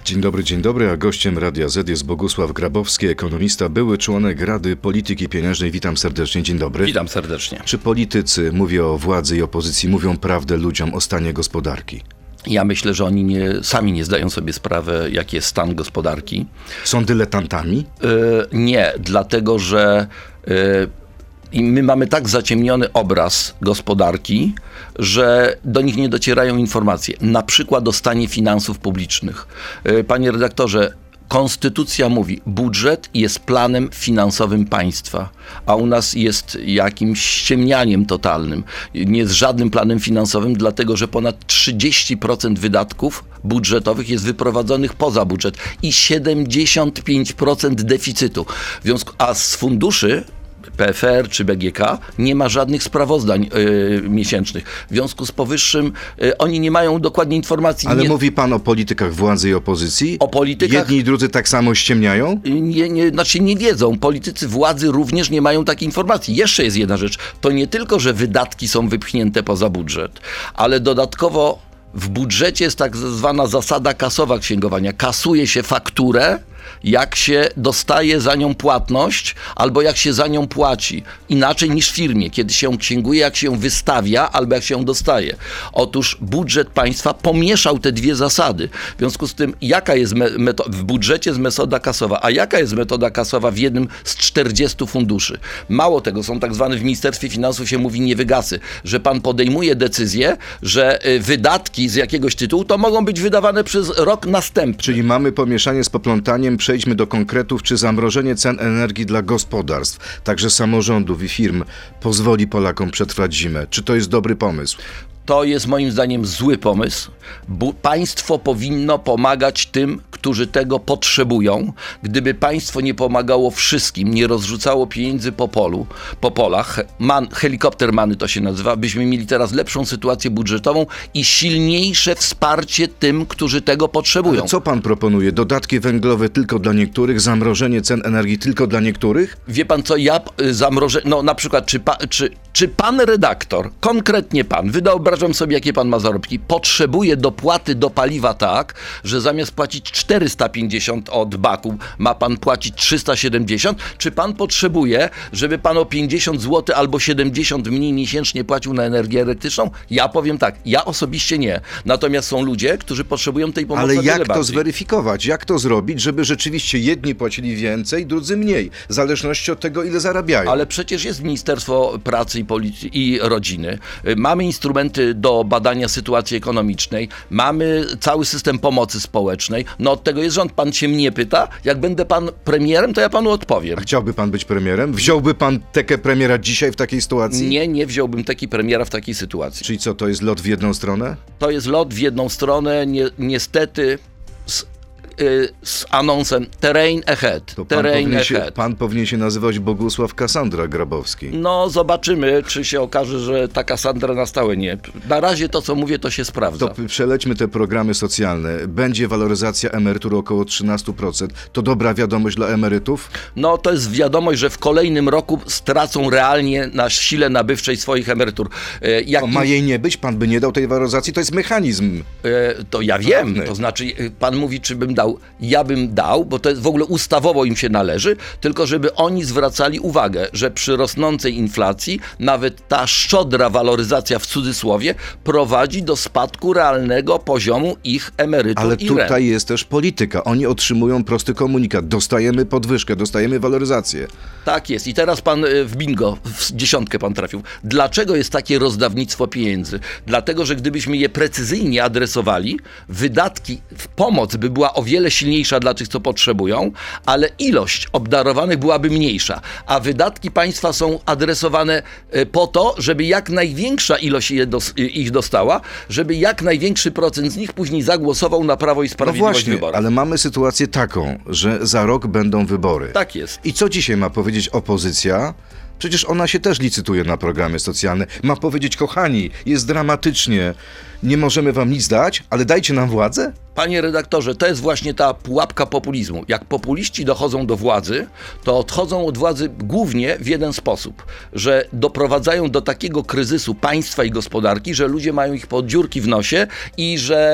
Dzień dobry, a gościem Radia Z jest Bogusław Grabowski, ekonomista, były członek Rady Polityki Pieniężnej. Witam serdecznie, dzień dobry. Witam serdecznie. Czy politycy, mówię o władzy i opozycji, mówią prawdę ludziom o stanie gospodarki? Ja myślę, że oni sami nie zdają sobie sprawy, jaki jest stan gospodarki. Są dyletantami? Nie, dlatego że i my mamy tak zaciemniony obraz gospodarki, że do nich nie docierają informacje. Na przykład o stanie finansów publicznych. Panie redaktorze, Konstytucja mówi, budżet jest planem finansowym państwa, a u nas jest jakimś ściemnianiem totalnym. Nie jest żadnym planem finansowym, dlatego że ponad 30% wydatków budżetowych jest wyprowadzonych poza budżet i 75% deficytu. A z funduszy PFR czy BGK nie ma żadnych sprawozdań miesięcznych. W związku z powyższym oni nie mają dokładnie informacji. Ale mówi pan o politykach władzy i opozycji? O politykach? Jedni i drudzy tak samo ściemniają? Nie wiedzą. Politycy władzy również nie mają takiej informacji. Jeszcze jest jedna rzecz. To nie tylko, że wydatki są wypchnięte poza budżet, ale dodatkowo w budżecie jest tak zwana zasada kasowa księgowania. Kasuje się fakturę, jak się dostaje za nią płatność, albo jak się za nią płaci. Inaczej niż w firmie, kiedy się ją księguje, jak się ją wystawia, albo jak się ją dostaje. Otóż budżet państwa pomieszał te dwie zasady. W związku z tym, jaka jest w budżecie jest metoda kasowa, a jaka jest metoda kasowa w jednym z 40 funduszy? Mało tego, są tak zwane w Ministerstwie Finansów się mówi niewygasy, że pan podejmuje decyzję, że wydatki z jakiegoś tytułu to mogą być wydawane przez rok następny. Czyli mamy pomieszanie z poplątaniem. Przejdźmy do konkretów. Czy zamrożenie cen energii dla gospodarstw, także samorządów i firm, pozwoli Polakom przetrwać zimę? Czy to jest dobry pomysł? To jest moim zdaniem zły pomysł. Państwo powinno pomagać tym, którzy tego potrzebują. Gdyby państwo nie pomagało wszystkim, nie rozrzucało pieniędzy po polach, helikopter many to się nazywa, byśmy mieli teraz lepszą sytuację budżetową i silniejsze wsparcie tym, którzy tego potrzebują. Ale co pan proponuje? Dodatki węglowe tylko dla niektórych? Zamrożenie cen energii tylko dla niektórych? Wie pan co, na przykład czy pan redaktor, konkretnie pan, wyobrażam sobie, jakie pan ma zarobki, potrzebuje dopłaty do paliwa tak, że zamiast płacić 450 od baku, ma pan płacić 370? Czy pan potrzebuje, żeby pan o 50 zł albo 70 mniej miesięcznie płacił na energię elektryczną? Ja powiem tak, ja osobiście nie. Natomiast są ludzie, którzy potrzebują tej pomocy. Ale jak to zweryfikować? Jak to zrobić, żeby rzeczywiście jedni płacili więcej, drudzy mniej, w zależności od tego, ile zarabiają? Ale przecież jest Ministerstwo Pracy i Rodziny. Mamy instrumenty do badania sytuacji ekonomicznej, mamy cały system pomocy społecznej. No od tego jest rząd. Pan się mnie pyta, jak będę pan premierem, to ja panu odpowiem. A chciałby pan być premierem? Wziąłby pan tekę premiera dzisiaj w takiej sytuacji? Nie wziąłbym teki premiera w takiej sytuacji. Czyli co, to jest lot w jedną stronę? To jest lot w jedną stronę, niestety z anonsem terrain ahead. To pan powinien się nazywać Bogusław Kassandra Grabowski. No zobaczymy, czy się okaże, że ta Kassandra na stałe nie. Na razie to, co mówię, to się sprawdza. To przelećmy te programy socjalne. Będzie waloryzacja emerytur około 13%. To dobra wiadomość dla emerytów? No to jest wiadomość, że w kolejnym roku stracą realnie na sile nabywczej swoich emerytur. Ma jej nie być? Pan by nie dał tej waloryzacji? To jest mechanizm. To ja wiem. To znaczy, pan mówi, czy bym dał. Ja bym dał, bo to jest w ogóle ustawowo im się należy, tylko żeby oni zwracali uwagę, że przy rosnącej inflacji nawet ta szczodra waloryzacja w cudzysłowie prowadzi do spadku realnego poziomu ich emerytur. Ale i tutaj rent. jest też polityka. Oni otrzymują prosty komunikat. Dostajemy podwyżkę, dostajemy waloryzację. Tak jest. I teraz pan w bingo, w dziesiątkę pan trafił. Dlaczego jest takie rozdawnictwo pieniędzy? Dlatego, że gdybyśmy je precyzyjnie adresowali, wydatki, pomoc by była o wiele silniejsza dla tych, co potrzebują, ale ilość obdarowanych byłaby mniejsza, a wydatki państwa są adresowane po to, żeby jak największa ilość ich dostała, żeby jak największy procent z nich później zagłosował na Prawo i Sprawiedliwość w wyborach. Ale mamy sytuację taką, że za rok będą wybory. Tak jest. I co dzisiaj ma powiedzieć opozycja? Przecież ona się też licytuje na programy socjalne. Ma powiedzieć, kochani, jest dramatycznie, nie możemy wam nic dać, ale dajcie nam władzę? Panie redaktorze, to jest właśnie ta pułapka populizmu. Jak populiści dochodzą do władzy, to odchodzą od władzy głównie w jeden sposób, że doprowadzają do takiego kryzysu państwa i gospodarki, że ludzie mają ich po dziurki w nosie i że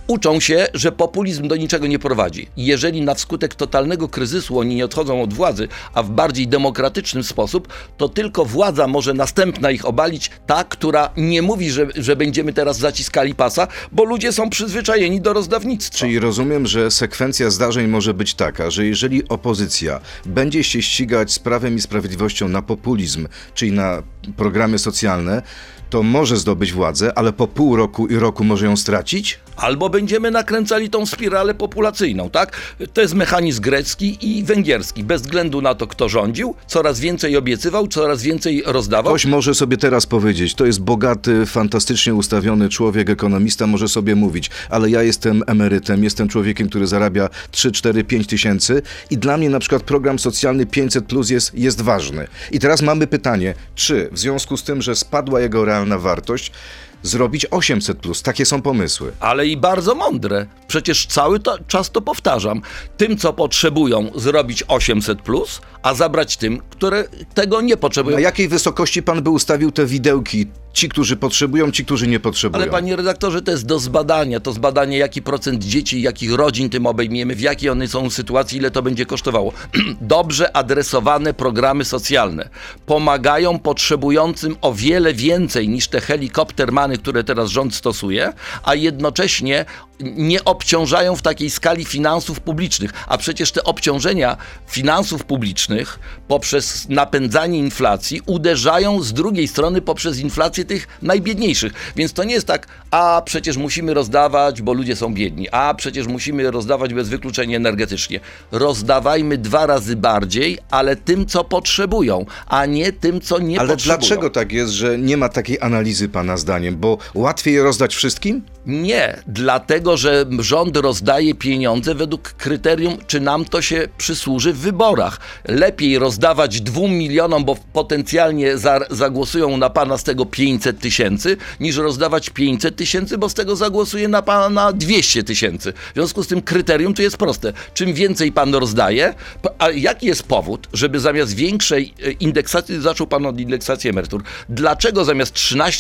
uczą się, że populizm do niczego nie prowadzi. Jeżeli na wskutek totalnego kryzysu oni nie odchodzą od władzy, a w bardziej demokratyczny sposób, to tylko władza może następna ich obalić, ta, która nie mówi, że będziemy teraz zaciskali pasa, bo ludzie są przyzwyczajeni do rozdawnictwa. Czyli rozumiem, że sekwencja zdarzeń może być taka, że jeżeli opozycja będzie się ścigać z Prawem i Sprawiedliwością na populizm, czyli na programy socjalne, to może zdobyć władzę, ale po pół roku i roku może ją stracić? Albo będziemy nakręcali tą spiralę populacyjną, tak? To jest mechanizm grecki i węgierski. Bez względu na to, kto rządził, coraz więcej obiecywał, coraz więcej rozdawał. Ktoś może sobie teraz powiedzieć, to jest bogaty, fantastycznie ustawiony człowiek, ekonomista, może sobie mówić, ale ja jestem emerytem, jestem człowiekiem, który zarabia 3, 4, 5 tysięcy i dla mnie na przykład program socjalny 500+ jest ważny. I teraz mamy pytanie, czy w związku z tym, że spadła jego realna wartość, zrobić 800+. Takie są pomysły. Ale i bardzo mądre. Przecież cały czas to powtarzam. Tym, co potrzebują, zrobić 800+, a zabrać tym, które tego nie potrzebują. Na jakiej wysokości pan by ustawił te widełki? Ci, którzy potrzebują, ci, którzy nie potrzebują. Ale panie redaktorze, to jest do zbadania. To zbadanie, jaki procent dzieci, jakich rodzin tym obejmiemy, w jakiej one są sytuacji, ile to będzie kosztowało. Dobrze adresowane programy socjalne pomagają potrzebującym o wiele więcej niż te helikoptermany, które teraz rząd stosuje, a jednocześnie nie obciążają w takiej skali finansów publicznych. A przecież te obciążenia finansów publicznych poprzez napędzanie inflacji uderzają z drugiej strony poprzez inflację tych najbiedniejszych. Więc to nie jest tak, a przecież musimy rozdawać, bo ludzie są biedni, a przecież musimy rozdawać bez wykluczenia energetycznie. Rozdawajmy 2 razy bardziej, ale tym, co potrzebują, a nie tym, co nie Ale potrzebują. dlaczego tak jest, że nie ma takiej analizy pana zdaniem? Bo łatwiej rozdać wszystkim? Nie, dlatego, że rząd rozdaje pieniądze według kryterium, czy nam to się przysłuży w wyborach. Lepiej rozdawać 2 milionom, bo potencjalnie zagłosują na pana z tego 500 000, niż rozdawać 500 000, bo z tego zagłosuje na pana 200 000. W związku z tym kryterium tu jest proste. Czym więcej pan rozdaje, a jaki jest powód, żeby zamiast większej indeksacji, zaczął pan od indeksacji emerytur, dlaczego zamiast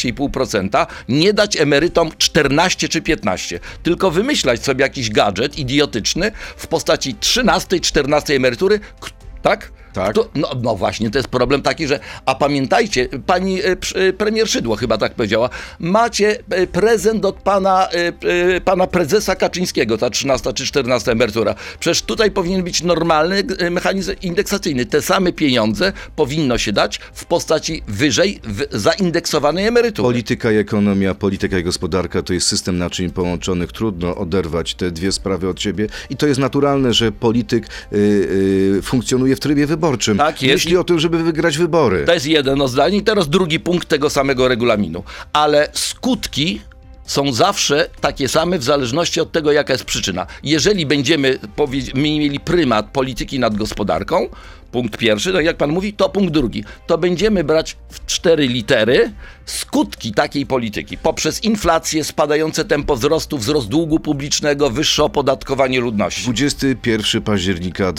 13,5% nie dać emerytom 14 czy 15, tylko wymyślać sobie jakiś gadżet idiotyczny w postaci 13, 14 emerytury, tak? Tak. No właśnie, to jest problem taki, że a pamiętajcie, pani premier Szydło chyba tak powiedziała, macie prezent od pana prezesa Kaczyńskiego, ta 13 czy 14 emerytura. Przecież tutaj powinien być normalny mechanizm indeksacyjny. Te same pieniądze powinno się dać w postaci wyżej zaindeksowanej emerytury. Polityka i ekonomia, polityka i gospodarka to jest system naczyń połączonych. Trudno oderwać te dwie sprawy od siebie i to jest naturalne, że polityk funkcjonuje w trybie wyborczym. Tak jest. Myśli o tym, żeby wygrać wybory. To jest jedno zdanie i teraz drugi punkt tego samego regulaminu. Ale skutki są zawsze takie same w zależności od tego, jaka jest przyczyna. Jeżeli będziemy mieli prymat polityki nad gospodarką, punkt pierwszy, tak jak pan mówi, to punkt drugi. To będziemy brać w 4 litery skutki takiej polityki. Poprzez inflację, spadające tempo wzrostu, wzrost długu publicznego, wyższe opodatkowanie ludności. 21 października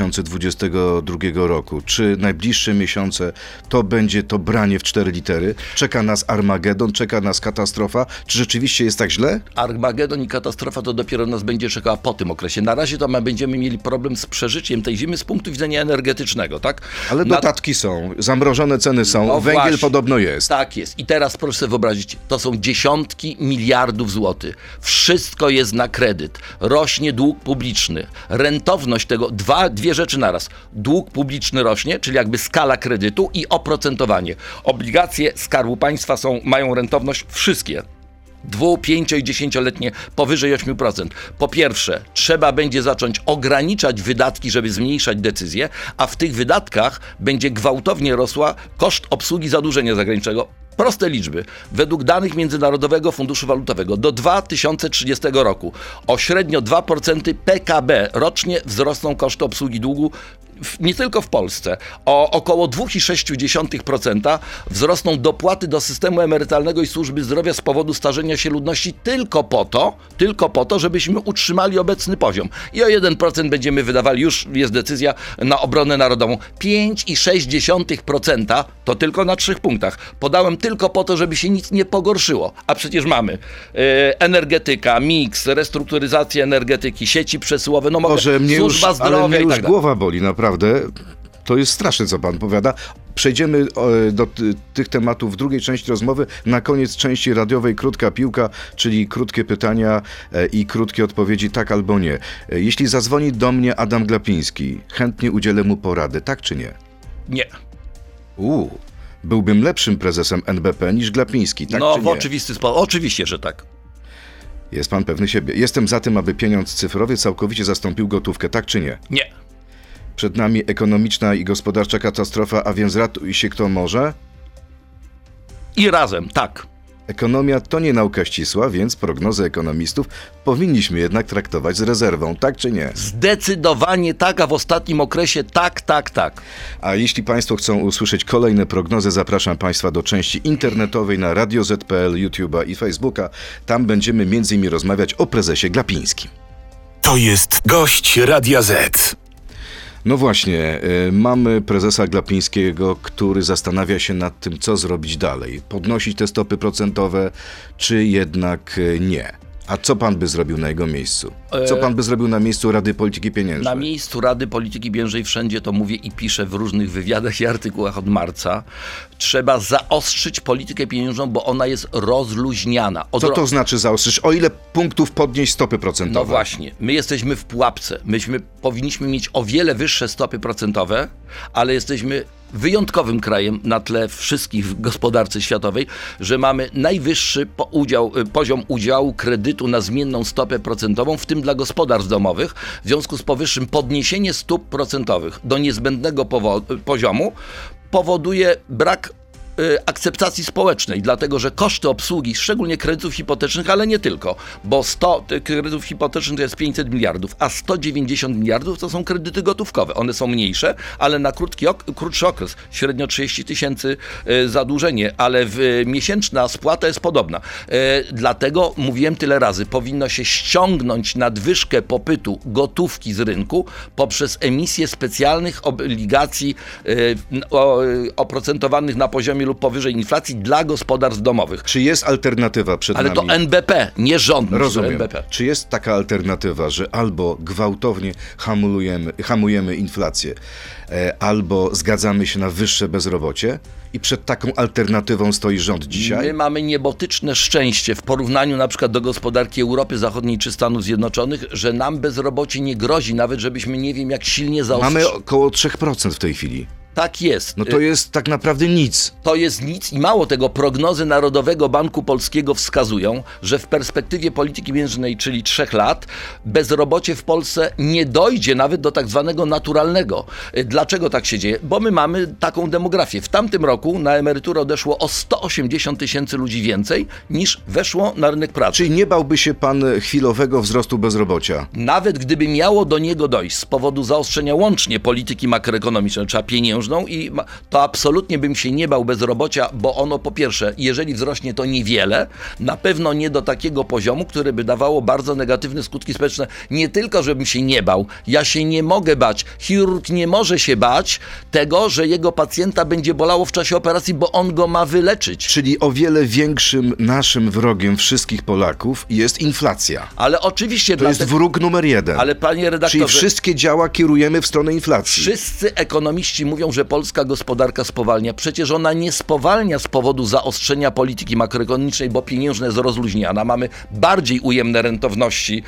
2022 roku. Czy najbliższe miesiące to będzie to branie w 4 litery? Czeka nas Armagedon, czeka nas katastrofa? Czy rzeczywiście jest tak źle? Armagedon i katastrofa to dopiero nas będzie czekała po tym okresie. Na razie to będziemy mieli problem z przeżyciem tej zimy z punktu widzenia energetycznego, tak? Ale dodatki są, zamrożone ceny są, No węgiel właśnie. podobno jest. Tak jest. I teraz proszę sobie wyobrazić, to są dziesiątki miliardów złotych. Wszystko jest na kredyt. Rośnie dług publiczny. Rentowność tego, dwie rzeczy naraz. Dług publiczny rośnie, czyli jakby skala kredytu i oprocentowanie. Obligacje Skarbu Państwa mają rentowność wszystkie. 2-, 5- i 10-letnie powyżej 8%. Po pierwsze, trzeba będzie zacząć ograniczać wydatki, żeby zmniejszać decyzje, a w tych wydatkach będzie gwałtownie rosła koszt obsługi zadłużenia zagranicznego. Proste liczby. Według danych Międzynarodowego Funduszu Walutowego do 2030 roku o średnio 2% PKB rocznie wzrosną koszty obsługi długu nie tylko w Polsce, o około 2,6% wzrosną dopłaty do systemu emerytalnego i służby zdrowia z powodu starzenia się ludności tylko po to, żebyśmy utrzymali obecny poziom. I o 1% będziemy wydawali, już jest decyzja, na obronę narodową. 5,6% to tylko na 3 punktach. Podałem tylko po to, żeby się nic nie pogorszyło. A przecież mamy energetyka, miks, restrukturyzację energetyki, sieci przesyłowe, no Boże, służba zdrowia ale mnie i już tak dalej. głowa boli, naprawdę. To jest straszne, co pan powiada. Przejdziemy do tych tematów w drugiej części rozmowy. Na koniec części radiowej krótka piłka, czyli krótkie pytania i krótkie odpowiedzi tak albo nie. Jeśli zadzwoni do mnie Adam Glapiński, chętnie udzielę mu porady, tak czy nie? Nie. Byłbym lepszym prezesem NBP niż Glapiński, tak No czy w nie? oczywisty sposób. Oczywiście, że tak. Jest pan pewny siebie. Jestem za tym, aby pieniądz cyfrowy całkowicie zastąpił gotówkę, tak czy nie? Nie. Przed nami ekonomiczna i gospodarcza katastrofa, a więc ratuj się kto może? I razem, tak. Ekonomia to nie nauka ścisła, więc prognozy ekonomistów powinniśmy jednak traktować z rezerwą, tak czy nie? Zdecydowanie tak, a w ostatnim okresie tak. A jeśli państwo chcą usłyszeć kolejne prognozy, zapraszam państwa do części internetowej na Radio Z.pl, YouTube'a i Facebooka. Tam będziemy m.in. rozmawiać o prezesie Glapińskim. To jest gość Radia Z. No właśnie, mamy prezesa Glapińskiego, który zastanawia się nad tym, co zrobić dalej. Podnosić te stopy procentowe, czy jednak nie? A co pan by zrobił na jego miejscu? Co pan by zrobił na miejscu Rady Polityki Pieniężnej? Na miejscu Rady Polityki Pieniężnej wszędzie to mówię i piszę w różnych wywiadach i artykułach od marca. Trzeba zaostrzyć politykę pieniężną, bo ona jest rozluźniana. Co to znaczy zaostrzyć? O ile punktów podnieść stopy procentowe? No właśnie, my jesteśmy w pułapce. Powinniśmy mieć o wiele wyższe stopy procentowe, ale jesteśmy wyjątkowym krajem na tle wszystkich w gospodarce światowej, że mamy najwyższy poziom udziału kredytu na zmienną stopę procentową, w tym dla gospodarstw domowych. W związku z powyższym podniesienie stóp procentowych do niezbędnego poziomu powoduje brak akceptacji społecznej, dlatego że koszty obsługi, szczególnie kredytów hipotecznych, ale nie tylko, bo 100 kredytów hipotecznych to jest 500 miliardów, a 190 miliardów to są kredyty gotówkowe. One są mniejsze, ale na krótszy okres, średnio 30 tysięcy zadłużenie, ale miesięczna spłata jest podobna. Dlatego mówiłem tyle razy, powinno się ściągnąć nadwyżkę popytu gotówki z rynku poprzez emisję specjalnych obligacji oprocentowanych na poziomie lub powyżej inflacji dla gospodarstw domowych. Czy jest alternatywa przed Ale nami? to NBP, nie rząd. Rozumiem. NBP. Czy jest taka alternatywa, że albo gwałtownie hamujemy inflację, albo zgadzamy się na wyższe bezrobocie? I przed taką alternatywą stoi rząd dzisiaj? My mamy niebotyczne szczęście w porównaniu na przykład do gospodarki Europy Zachodniej czy Stanów Zjednoczonych, że nam bezrobocie nie grozi, nawet żebyśmy nie wiem jak silnie zaostrzyli. Mamy około 3% w tej chwili. Tak jest. No to jest tak naprawdę nic. To jest nic i mało tego, prognozy Narodowego Banku Polskiego wskazują, że w perspektywie polityki pieniężnej, czyli 3 lat, bezrobocie w Polsce nie dojdzie nawet do tak zwanego naturalnego. Dlaczego tak się dzieje? Bo my mamy taką demografię. W tamtym roku na emeryturę odeszło o 180 tysięcy ludzi więcej niż weszło na rynek pracy. Czyli nie bałby się pan chwilowego wzrostu bezrobocia? Nawet gdyby miało do niego dojść z powodu zaostrzenia łącznie polityki makroekonomicznej, trzeba pieniężną, to absolutnie bym się nie bał bezrobocia, bo ono po pierwsze, jeżeli wzrośnie to niewiele, na pewno nie do takiego poziomu, który by dawało bardzo negatywne skutki społeczne. Nie tylko, żebym się nie bał, ja się nie mogę bać. Chirurg nie może się bać tego, że jego pacjenta będzie bolało w czasie operacji, bo on go ma wyleczyć. Czyli o wiele większym naszym wrogiem wszystkich Polaków jest inflacja. Ale oczywiście... To jest wróg numer 1. Ale panie redaktorze... Czyli wszystkie działa kierujemy w stronę inflacji. Wszyscy ekonomiści mówią, że polska gospodarka spowalnia. Przecież ona nie spowalnia z powodu zaostrzenia polityki makroekonomicznej, bo pieniężna jest rozluźniana. Mamy bardziej ujemne rentowności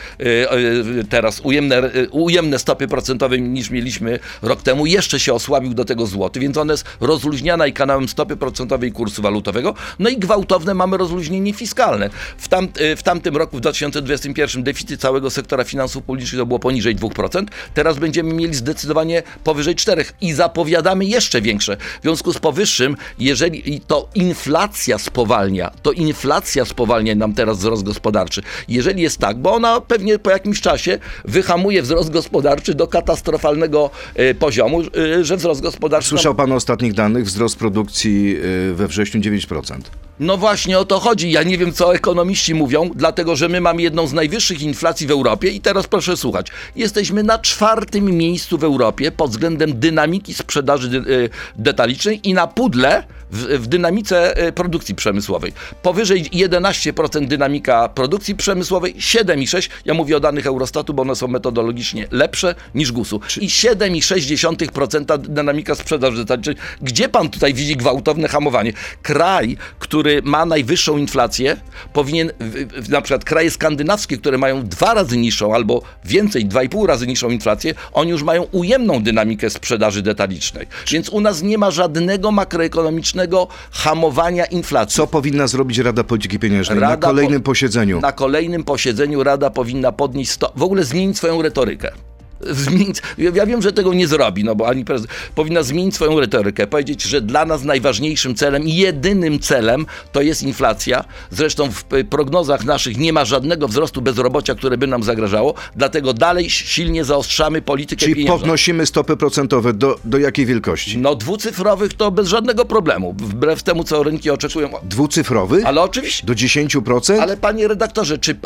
teraz, ujemne stopy procentowe niż mieliśmy rok temu. Jeszcze się osłabił do tego złoty, więc ona jest rozluźniana i kanałem stopy procentowej i kursu walutowego. No i gwałtowne mamy rozluźnienie fiskalne. W tamtym roku, w 2021, deficyt całego sektora finansów publicznych to było poniżej 2%. Teraz będziemy mieli zdecydowanie powyżej 4% i zapowiadamy mamy jeszcze większe. W związku z powyższym, jeżeli to inflacja spowalnia nam teraz wzrost gospodarczy. Jeżeli jest tak, bo ona pewnie po jakimś czasie wyhamuje wzrost gospodarczy do katastrofalnego poziomu, że wzrost gospodarczy... Słyszał pan o ostatnich danych? Wzrost produkcji we wrześniu 9%. No właśnie o to chodzi. Ja nie wiem, co ekonomiści mówią, dlatego, że my mamy jedną z najwyższych inflacji w Europie i teraz proszę słuchać. Jesteśmy na 4. miejscu w Europie pod względem dynamiki sprzedaży detalicznej i na pudle w dynamice produkcji przemysłowej. Powyżej 11% dynamika produkcji przemysłowej, 7,6%. Ja mówię o danych Eurostatu, bo one są metodologicznie lepsze niż GUS-u. I 7,6% dynamika sprzedaży detalicznej. Gdzie pan tutaj widzi gwałtowne hamowanie? Kraj, który ma najwyższą inflację, powinien, na przykład kraje skandynawskie, które mają 2 razy niższą albo więcej, 2,5 razy niższą inflację, oni już mają ujemną dynamikę sprzedaży detalicznej. Więc u nas nie ma żadnego makroekonomicznego hamowania inflacji. Co powinna zrobić Rada Polityki Pieniężnej na kolejnym posiedzeniu? Na kolejnym posiedzeniu Rada powinna podnieść, w ogóle zmienić swoją retorykę. Ja wiem, że tego nie zrobi, no bo ani prezydent powinna zmienić swoją retorykę, powiedzieć, że dla nas najważniejszym celem i jedynym celem to jest inflacja. Zresztą w prognozach naszych nie ma żadnego wzrostu bezrobocia, które by nam zagrażało, dlatego dalej silnie zaostrzamy politykę pieniężną. Czyli podnosimy stopy procentowe do jakiej wielkości? No dwucyfrowych to bez żadnego problemu, wbrew temu, co rynki oczekują. Dwucyfrowych? Ale oczywiście. Do 10%? Ale panie redaktorze, czy...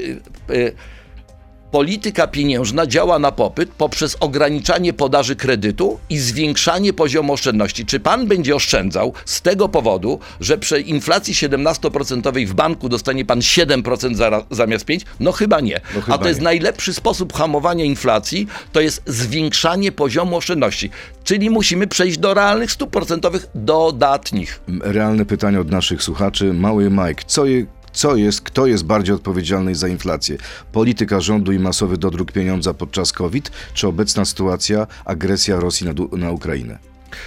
Polityka pieniężna działa na popyt poprzez ograniczanie podaży kredytu i zwiększanie poziomu oszczędności. Czy pan będzie oszczędzał z tego powodu, że przy inflacji 17% w banku dostanie pan 7% zamiast 5%? No chyba nie. A to jest najlepszy sposób hamowania inflacji, to jest zwiększanie poziomu oszczędności. Czyli musimy przejść do realnych stóp procentowych dodatnich. Realne pytanie od naszych słuchaczy. Mały Mike, kto jest bardziej odpowiedzialny za inflację? Polityka rządu i masowy dodruk pieniądza podczas COVID, czy obecna sytuacja, agresja Rosji na Ukrainę?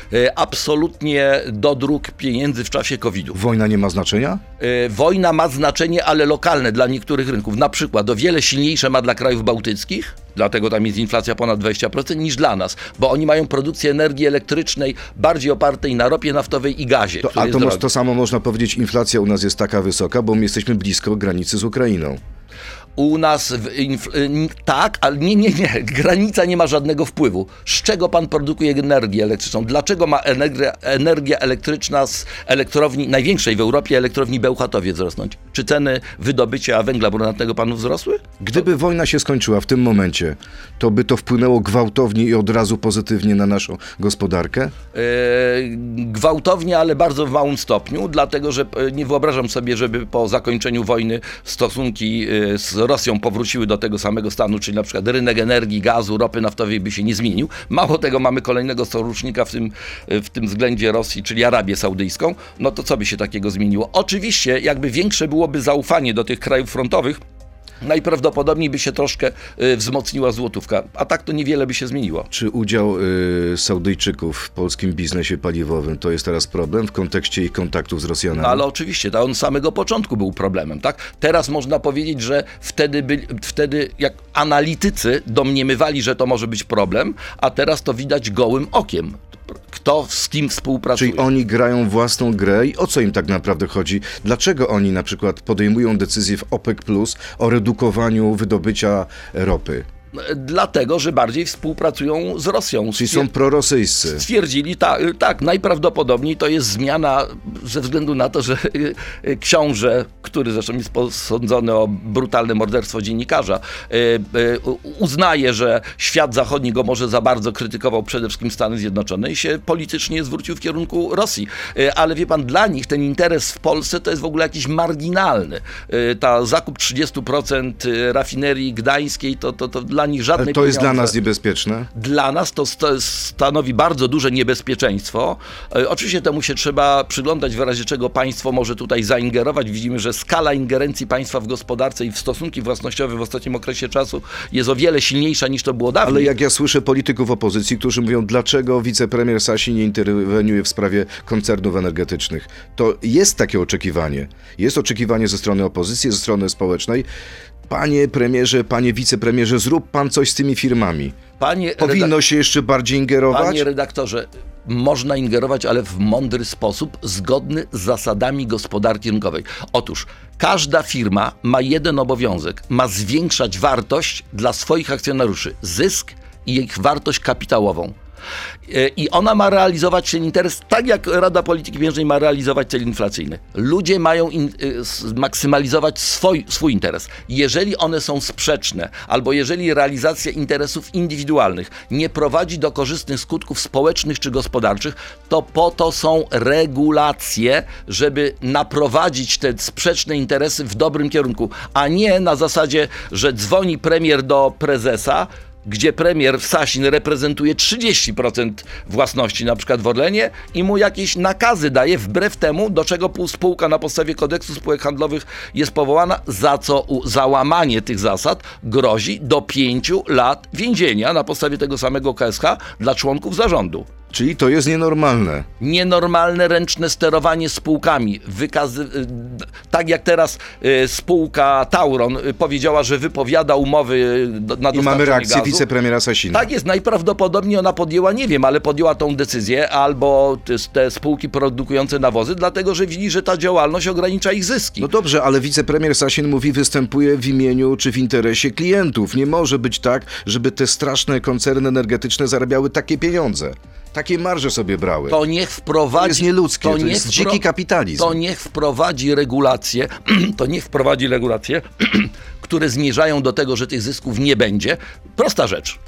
Absolutnie dodruk pieniędzy w czasie COVID-u. Wojna nie ma znaczenia? Wojna ma znaczenie, ale lokalne dla niektórych rynków. Na przykład o wiele silniejsze ma dla krajów bałtyckich, dlatego tam jest inflacja ponad 20%, niż dla nas, bo oni mają produkcję energii elektrycznej bardziej opartej na ropie naftowej i gazie. To samo można powiedzieć, inflacja u nas jest taka wysoka, bo my jesteśmy blisko granicy z Ukrainą. U nas tak, ale nie. Granica nie ma żadnego wpływu. Z czego pan produkuje energię elektryczną? Dlaczego ma energia elektryczna z elektrowni, największej w Europie elektrowni Bełchatowiec wzrosnąć? Czy ceny wydobycia węgla brunatnego panu wzrosły? Gdyby wojna się skończyła w tym momencie, to by to wpłynęło gwałtownie i od razu pozytywnie na naszą gospodarkę? Gwałtownie, ale bardzo w małym stopniu, dlatego że nie wyobrażam sobie, żeby po zakończeniu wojny stosunki z Rosją powróciły do tego samego stanu, czyli na przykład rynek energii, gazu, ropy naftowej by się nie zmienił. Mało tego, mamy kolejnego sojusznika w tym względzie Rosji, czyli Arabię Saudyjską. No to co by się takiego zmieniło? Oczywiście jakby większe byłoby zaufanie do tych krajów frontowych, najprawdopodobniej by się troszkę wzmocniła złotówka, a tak to niewiele by się zmieniło. Czy udział Saudyjczyków w polskim biznesie paliwowym to jest teraz problem w kontekście ich kontaktów z Rosjanami? No, ale oczywiście, to on z samego początku był problemem, tak? Teraz można powiedzieć, że wtedy jak analitycy domniemywali, że to może być problem, a teraz to widać gołym okiem. Kto z kim współpracuje. Czyli oni grają własną grę i o co im tak naprawdę chodzi? Dlaczego oni na przykład podejmują decyzję w OPEC Plus o redukowaniu wydobycia ropy? Dlatego, że bardziej współpracują z Rosją. Czyli są prorosyjscy. Stwierdzili, tak, najprawdopodobniej to jest zmiana ze względu na to, że książę, który zresztą jest posądzony o brutalne morderstwo dziennikarza, uznaje, że świat zachodni go może za bardzo krytykował, przede wszystkim Stany Zjednoczone, i się politycznie zwrócił w kierunku Rosji. Ale wie pan, dla nich ten interes w Polsce to jest w ogóle jakiś marginalny. Zakup 30% rafinerii gdańskiej to dla nich żadnej Ale to jest dla nas niebezpieczne? Dla nas to stanowi bardzo duże niebezpieczeństwo. Oczywiście temu się trzeba przyglądać, w razie czego państwo może tutaj zaingerować. Widzimy, że skala ingerencji państwa w gospodarce i w stosunki własnościowe w ostatnim okresie czasu jest o wiele silniejsza niż to było dawniej. Ale jak ja słyszę polityków opozycji, którzy mówią, dlaczego wicepremier Sasin nie interweniuje w sprawie koncernów energetycznych, to jest takie oczekiwanie. Jest oczekiwanie ze strony opozycji, ze strony społecznej. Panie premierze, panie wicepremierze, zrób pan coś z tymi firmami. Powinno się jeszcze bardziej ingerować? Panie redaktorze, można ingerować, ale w mądry sposób, zgodny z zasadami gospodarki rynkowej. Otóż każda firma ma jeden obowiązek, ma zwiększać wartość dla swoich akcjonariuszy, zysk i ich wartość kapitałową. I ona ma realizować ten interes, tak jak Rada Polityki Pieniężnej ma realizować cel inflacyjny. Ludzie mają maksymalizować swój interes. Jeżeli one są sprzeczne, albo jeżeli realizacja interesów indywidualnych nie prowadzi do korzystnych skutków społecznych czy gospodarczych, to po to są regulacje, żeby naprowadzić te sprzeczne interesy w dobrym kierunku, a nie na zasadzie, że dzwoni premier do prezesa, gdzie premier Sasin reprezentuje 30% własności na przykład w Orlenie i mu jakieś nakazy daje wbrew temu, do czego spółka na podstawie kodeksu spółek handlowych jest powołana, za co za łamanie tych zasad grozi do 5 lat więzienia na podstawie tego samego KSH dla członków zarządu. Czyli to jest nienormalne. Nienormalne ręczne sterowanie spółkami. Tak jak teraz spółka Tauron powiedziała, że wypowiada umowy na dostarczenie I mamy reakcję gazu. wicepremiera Sasina. Tak jest, najprawdopodobniej ona podjęła, nie wiem, ale podjęła tą decyzję, albo te spółki produkujące nawozy, dlatego że widzi, że ta działalność ogranicza ich zyski. No dobrze, ale wicepremier Sasin mówi, występuje w imieniu czy w interesie klientów. Nie może być tak, żeby te straszne koncerny energetyczne zarabiały takie pieniądze. Takie marże sobie brały. To niech wprowadzi... To jest nieludzkie, to jest dziki kapitalizm. To niech wprowadzi regulacje, które zmierzają do tego, że tych zysków nie będzie. Prosta rzecz.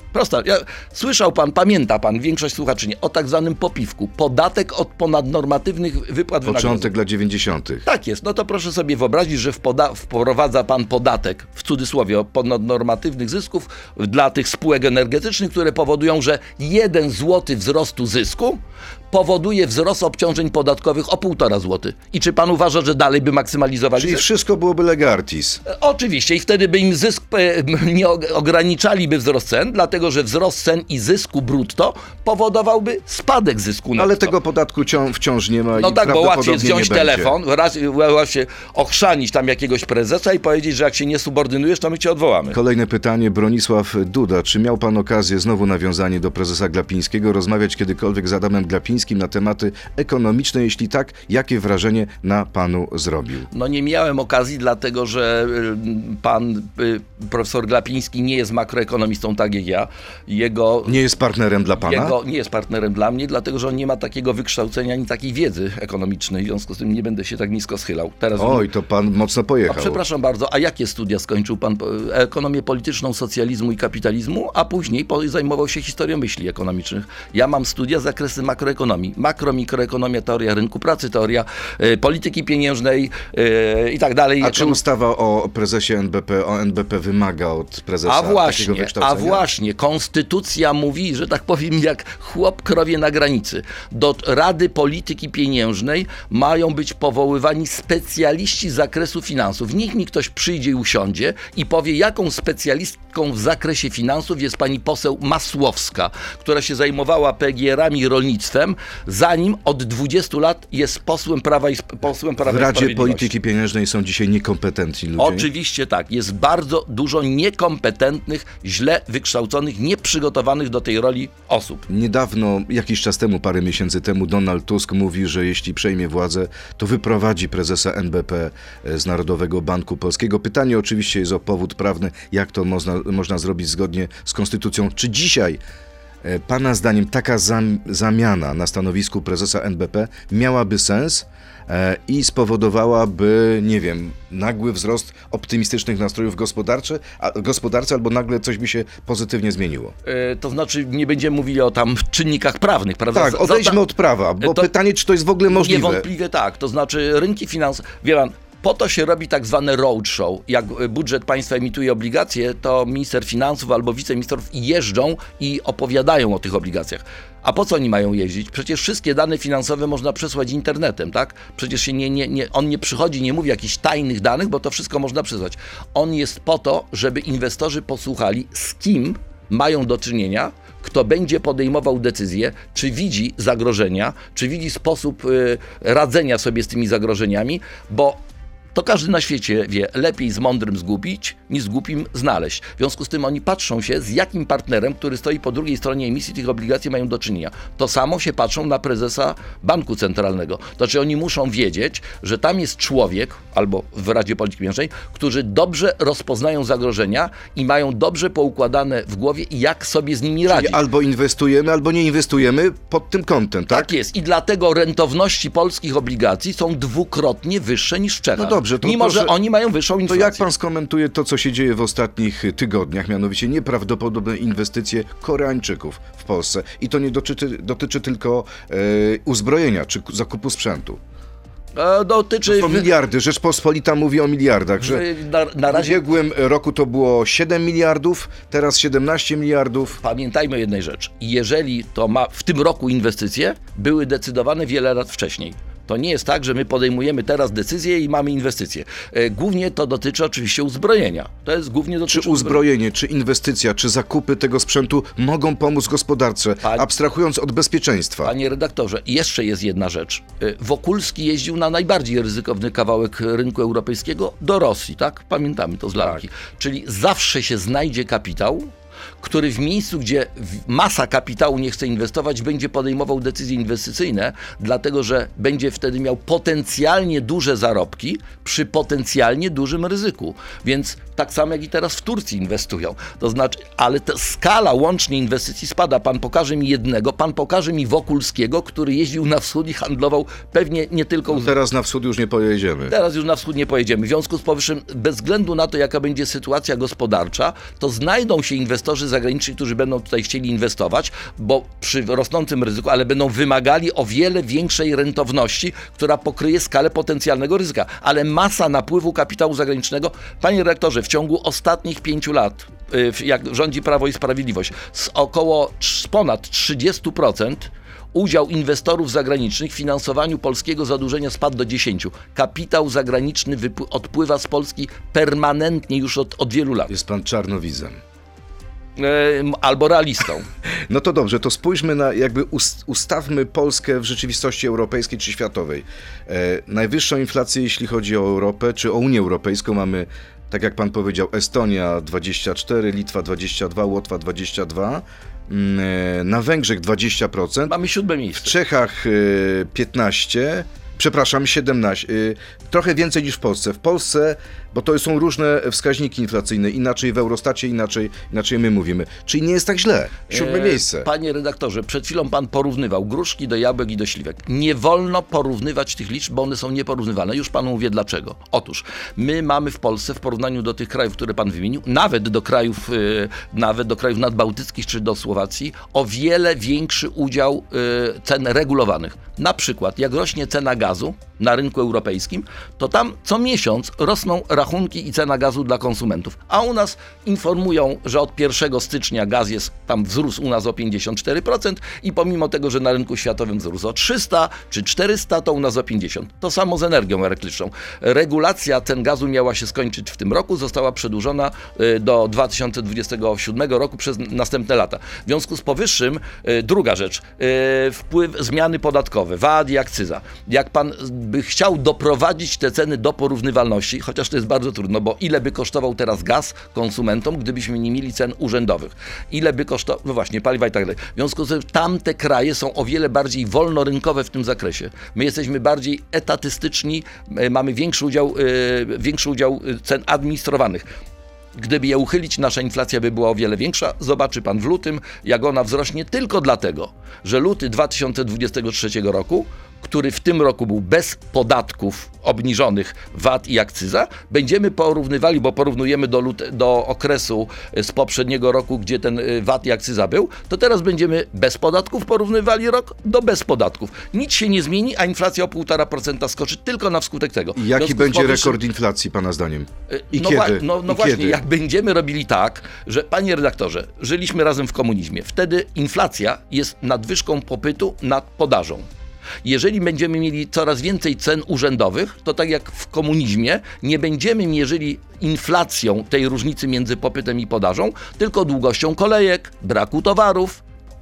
Słyszał pan, pamięta pan, większość słuchaczy nie, o tak zwanym popiwku. Podatek od ponadnormatywnych wypłat wynagrodzeń. Początek lat 90. Tak jest. No to proszę sobie wyobrazić, że wprowadza pan podatek, w cudzysłowie, od ponadnormatywnych zysków dla tych spółek energetycznych, które powodują, że 1 zł wzrostu zysku powoduje wzrost obciążeń podatkowych o 1,5 zł. I czy pan uważa, że dalej by maksymalizowali Czyli zysk? wszystko byłoby lega artis. Oczywiście i wtedy by im zysk nie ograniczaliby wzrost cen, dlatego że wzrost cen i zysku brutto powodowałby spadek zysku netto. Ale tego podatku wciąż nie ma. No i tak, bo łatwiej prawdopodobnie jest wziąć nie będzie. telefon, właśnie ochrzanić tam jakiegoś prezesa i powiedzieć, że jak się nie subordynujesz, to my cię odwołamy. Kolejne pytanie. Bronisław Duda. Czy miał pan okazję, znowu nawiązanie do prezesa Glapińskiego, rozmawiać kiedykolwiek z Adamem Glapińskim na tematy ekonomiczne? Jeśli tak, jakie wrażenie na panu zrobił? No nie miałem okazji, dlatego że pan profesor Glapiński nie jest makroekonomistą tak jak ja. Nie jest partnerem dla pana? Nie jest partnerem dla mnie, dlatego że on nie ma takiego wykształcenia ani takiej wiedzy ekonomicznej. W związku z tym nie będę się tak nisko schylał. Oj, to pan mocno pojechał. Przepraszam bardzo, a jakie studia skończył pan? Ekonomię polityczną, socjalizmu i kapitalizmu, a później zajmował się historią myśli ekonomicznych. Ja mam studia z zakresu makroekonomii. Mikroekonomia, teoria rynku pracy, teoria polityki pieniężnej i tak dalej. A czy ustawa o prezesie NBP, o NBP wymaga od prezesa takiego wykształcenia? A właśnie, konstytucja mówi, że tak powiem, jak chłop krowie na granicy. Do Rady Polityki Pieniężnej mają być powoływani specjaliści z zakresu finansów. Niech mi ktoś przyjdzie i usiądzie i powie, jaką specjalistką w zakresie finansów jest pani poseł Masłowska, która się zajmowała PGR-ami i rolnictwem, zanim od 20 lat jest posłem Prawa i Sprawiedliwości. W Radzie Polityki Pieniężnej są dzisiaj niekompetentni ludzie? Oczywiście tak. Jest bardzo dużo niekompetentnych, źle wykształconych, nieprzygotowanych do tej roli osób. Niedawno, jakiś czas temu, parę miesięcy temu, Donald Tusk mówi, że jeśli przejmie władzę, to wyprowadzi prezesa NBP z Narodowego Banku Polskiego. Pytanie oczywiście jest o powód prawny, jak to można zrobić zgodnie z konstytucją. Czy dzisiaj pana zdaniem taka zamiana na stanowisku prezesa NBP miałaby sens i spowodowałaby, nie wiem, nagły wzrost optymistycznych nastrojów gospodarce, albo nagle coś by się pozytywnie zmieniło? To znaczy nie będziemy mówili o tam czynnikach prawnych, prawda? Tak, odejdźmy od prawa, bo pytanie, czy to jest w ogóle możliwe? Niewątpliwie tak, to znaczy rynki finansowe, wie pan, po to się robi tak zwane roadshow. Jak budżet państwa emituje obligacje, to minister finansów albo wiceministrów jeżdżą i opowiadają o tych obligacjach. A po co oni mają jeździć? Przecież wszystkie dane finansowe można przesłać internetem, tak? Przecież się on nie przychodzi, nie mówi jakichś tajnych danych, bo to wszystko można przesłać. On jest po to, żeby inwestorzy posłuchali, z kim mają do czynienia, kto będzie podejmował decyzję, czy widzi zagrożenia, czy widzi sposób radzenia sobie z tymi zagrożeniami, bo to każdy na świecie wie, lepiej z mądrym zgubić, niż z głupim znaleźć. W związku z tym oni patrzą się, z jakim partnerem, który stoi po drugiej stronie emisji tych obligacji, mają do czynienia. To samo się patrzą na prezesa Banku Centralnego. To znaczy oni muszą wiedzieć, że tam jest człowiek, albo w Radzie Polityki Pieniężnej, którzy dobrze rozpoznają zagrożenia i mają dobrze poukładane w głowie, jak sobie z nimi radzić. Albo inwestujemy, albo nie inwestujemy pod tym kątem, tak? Tak jest. I dlatego rentowności polskich obligacji są dwukrotnie wyższe niż w Czechach. No dobrze, to mimo, proszę, że oni mają wyższą To inflację. jak pan skomentuje to, co się dzieje w ostatnich tygodniach, mianowicie nieprawdopodobne inwestycje Koreańczyków w Polsce? I to nie dotyczy tylko uzbrojenia czy zakupu sprzętu. Dotyczy... To miliardy. Rzeczpospolita mówi o miliardach, że Na w razie ubiegłym roku to było 7 miliardów, teraz 17 miliardów. pamiętajmy o jednej rzeczy. Jeżeli to ma w tym roku inwestycje, były decydowane wiele lat wcześniej. To nie jest tak, że my podejmujemy teraz decyzje i mamy inwestycje. Głównie to dotyczy oczywiście uzbrojenia. To jest głównie dotyczy Czy uzbrojenie, czy inwestycja, czy zakupy tego sprzętu mogą pomóc gospodarce, abstrahując od bezpieczeństwa? Panie redaktorze, jeszcze jest jedna rzecz. Wokulski jeździł na najbardziej ryzykowny kawałek rynku europejskiego do Rosji, tak? Pamiętamy to z lalki. Czyli zawsze się znajdzie kapitał, który w miejscu, gdzie masa kapitału nie chce inwestować, będzie podejmował decyzje inwestycyjne, dlatego że będzie wtedy miał potencjalnie duże zarobki przy potencjalnie dużym ryzyku. Więc tak samo jak i teraz w Turcji inwestują. To znaczy, ale ta skala łącznie inwestycji spada. Pan pokaże mi jednego, pan pokaże mi Wokulskiego, który jeździł na wschód i handlował pewnie nie tylko... Teraz na wschód już nie pojedziemy. Teraz już na wschód nie pojedziemy. W związku z powyższym, bez względu na to, jaka będzie sytuacja gospodarcza, to znajdą się inwestorzy zagraniczni, którzy będą tutaj chcieli inwestować, bo przy rosnącym ryzyku, ale będą wymagali o wiele większej rentowności, która pokryje skalę potencjalnego ryzyka. Ale masa napływu kapitału zagranicznego, panie redaktorze, w ciągu ostatnich 5 lat, jak rządzi Prawo i Sprawiedliwość, z ponad 30% udział inwestorów zagranicznych w finansowaniu polskiego zadłużenia spadł do 10%. Kapitał zagraniczny odpływa z Polski permanentnie już od wielu lat. Jest pan czarnowidzem. Albo realistą. No to dobrze, to spójrzmy na ustawmy Polskę w rzeczywistości europejskiej czy światowej. Najwyższą inflację, jeśli chodzi o Europę, czy o Unię Europejską mamy, tak jak pan powiedział, Estonia 24, Litwa 22, Łotwa 22, na Węgrzech 20%. Mamy 7. miejsce. W Czechach 15%. Przepraszam, 17. Trochę więcej niż w Polsce. W Polsce, bo to są różne wskaźniki inflacyjne, inaczej w Eurostacie, inaczej my mówimy. Czyli nie jest tak źle. 7. miejsce. Panie redaktorze, przed chwilą pan porównywał gruszki do jabłek i do śliwek. Nie wolno porównywać tych liczb, bo one są nieporównywalne. Już panu mówię dlaczego. Otóż, my mamy w Polsce w porównaniu do tych krajów, które pan wymienił, nawet do krajów nadbałtyckich czy do Słowacji, o wiele większy udział cen regulowanych. Na przykład, jak rośnie cena gazu na rynku europejskim, to tam co miesiąc rosną rachunki i cena gazu dla konsumentów. A u nas informują, że od 1 stycznia gaz wzrósł u nas o 54% i pomimo tego, że na rynku światowym wzrósł o 300 czy 400, to u nas o 50%. To samo z energią elektryczną. Regulacja cen gazu miała się skończyć w tym roku, została przedłużona do 2027 roku przez następne lata. W związku z powyższym, druga rzecz, zmiany podatkowe, VAT i akcyza. Jak pan by chciał doprowadzić te ceny do porównywalności, chociaż to jest bardzo trudno, bo ile by kosztował teraz gaz konsumentom, gdybyśmy nie mieli cen urzędowych? Ile by kosztował, no właśnie, paliwa i tak dalej. W związku z tym tamte kraje są o wiele bardziej wolnorynkowe w tym zakresie. My jesteśmy bardziej etatystyczni, mamy większy udział cen administrowanych. Gdyby je uchylić, nasza inflacja by była o wiele większa. Zobaczy pan w lutym, jak ona wzrośnie tylko dlatego, że luty 2023 roku, który w tym roku był bez podatków obniżonych VAT i akcyza, będziemy porównywali, bo porównujemy do okresu z poprzedniego roku, gdzie ten VAT i akcyza był, to teraz będziemy bez podatków porównywali rok do bez podatków. Nic się nie zmieni, a inflacja o 1,5% skoczy tylko na wskutek tego. I jaki będzie rekord inflacji, pana zdaniem? I kiedy? Właśnie, jak będziemy robili tak, że, panie redaktorze, żyliśmy razem w komunizmie, wtedy inflacja jest nadwyżką popytu nad podażą. Jeżeli będziemy mieli coraz więcej cen urzędowych, to tak jak w komunizmie, nie będziemy mierzyli inflacją tej różnicy między popytem i podażą, tylko długością kolejek, braku towarów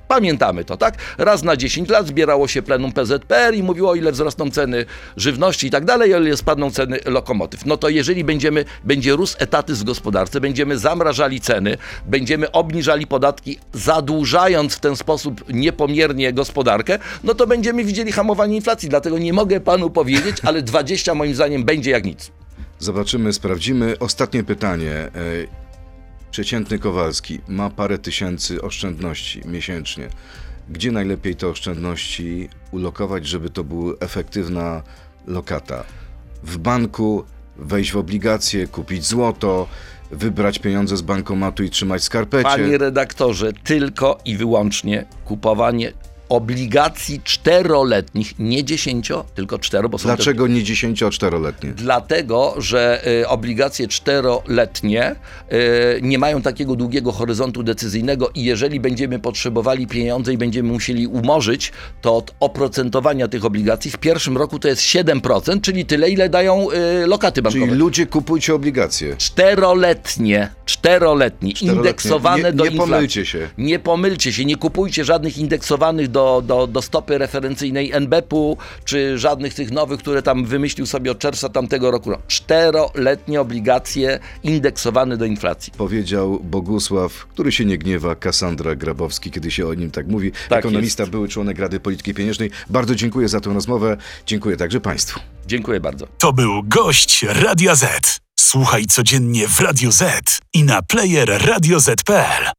Pamiętamy to, tak? Raz na 10 lat zbierało się plenum PZPR i mówiło, o ile wzrosną ceny żywności i tak dalej, o ile spadną ceny lokomotyw. No to jeżeli będzie rósł etatyzm w gospodarce, będziemy zamrażali ceny, będziemy obniżali podatki, zadłużając w ten sposób niepomiernie gospodarkę, no to będziemy widzieli hamowanie inflacji. Dlatego nie mogę panu powiedzieć, ale 20 moim zdaniem będzie jak nic. Zobaczymy, sprawdzimy. Ostatnie pytanie. Przeciętny Kowalski ma parę tysięcy oszczędności miesięcznie. Gdzie najlepiej te oszczędności ulokować, żeby to była efektywna lokata? W banku, wejść w obligacje, kupić złoto, wybrać pieniądze z bankomatu i trzymać w skarpecie? Panie redaktorze, tylko i wyłącznie kupowanie obligacji 4-letnich, nie 10, tylko 4, bo są Dlaczego nie 10, a 4-letnie? Dlatego, że obligacje 4-letnie nie mają takiego długiego horyzontu decyzyjnego i jeżeli będziemy potrzebowali pieniądze i będziemy musieli umorzyć, to od oprocentowania tych obligacji w pierwszym roku to jest 7%, czyli tyle, ile dają lokaty bankowe. Czyli ludzie, kupujcie obligacje. 4-letnie, indeksowane do inflacji. Nie pomylcie się. Nie pomylcie się, nie kupujcie żadnych indeksowanych do stopy referencyjnej NBP-u, czy żadnych tych nowych, które tam wymyślił sobie od czerwca tamtego roku. 4-letnie obligacje indeksowane do inflacji. Powiedział Bogusław, który się nie gniewa, Kassandra Grabowski, kiedy się o nim tak mówi. Tak Ekonomista, jest. były członek Rady Polityki Pieniężnej. Bardzo dziękuję za tę rozmowę. Dziękuję także państwu. Dziękuję bardzo. To był gość Radia Z. Słuchaj codziennie w Radio Z i na player radioz.pl.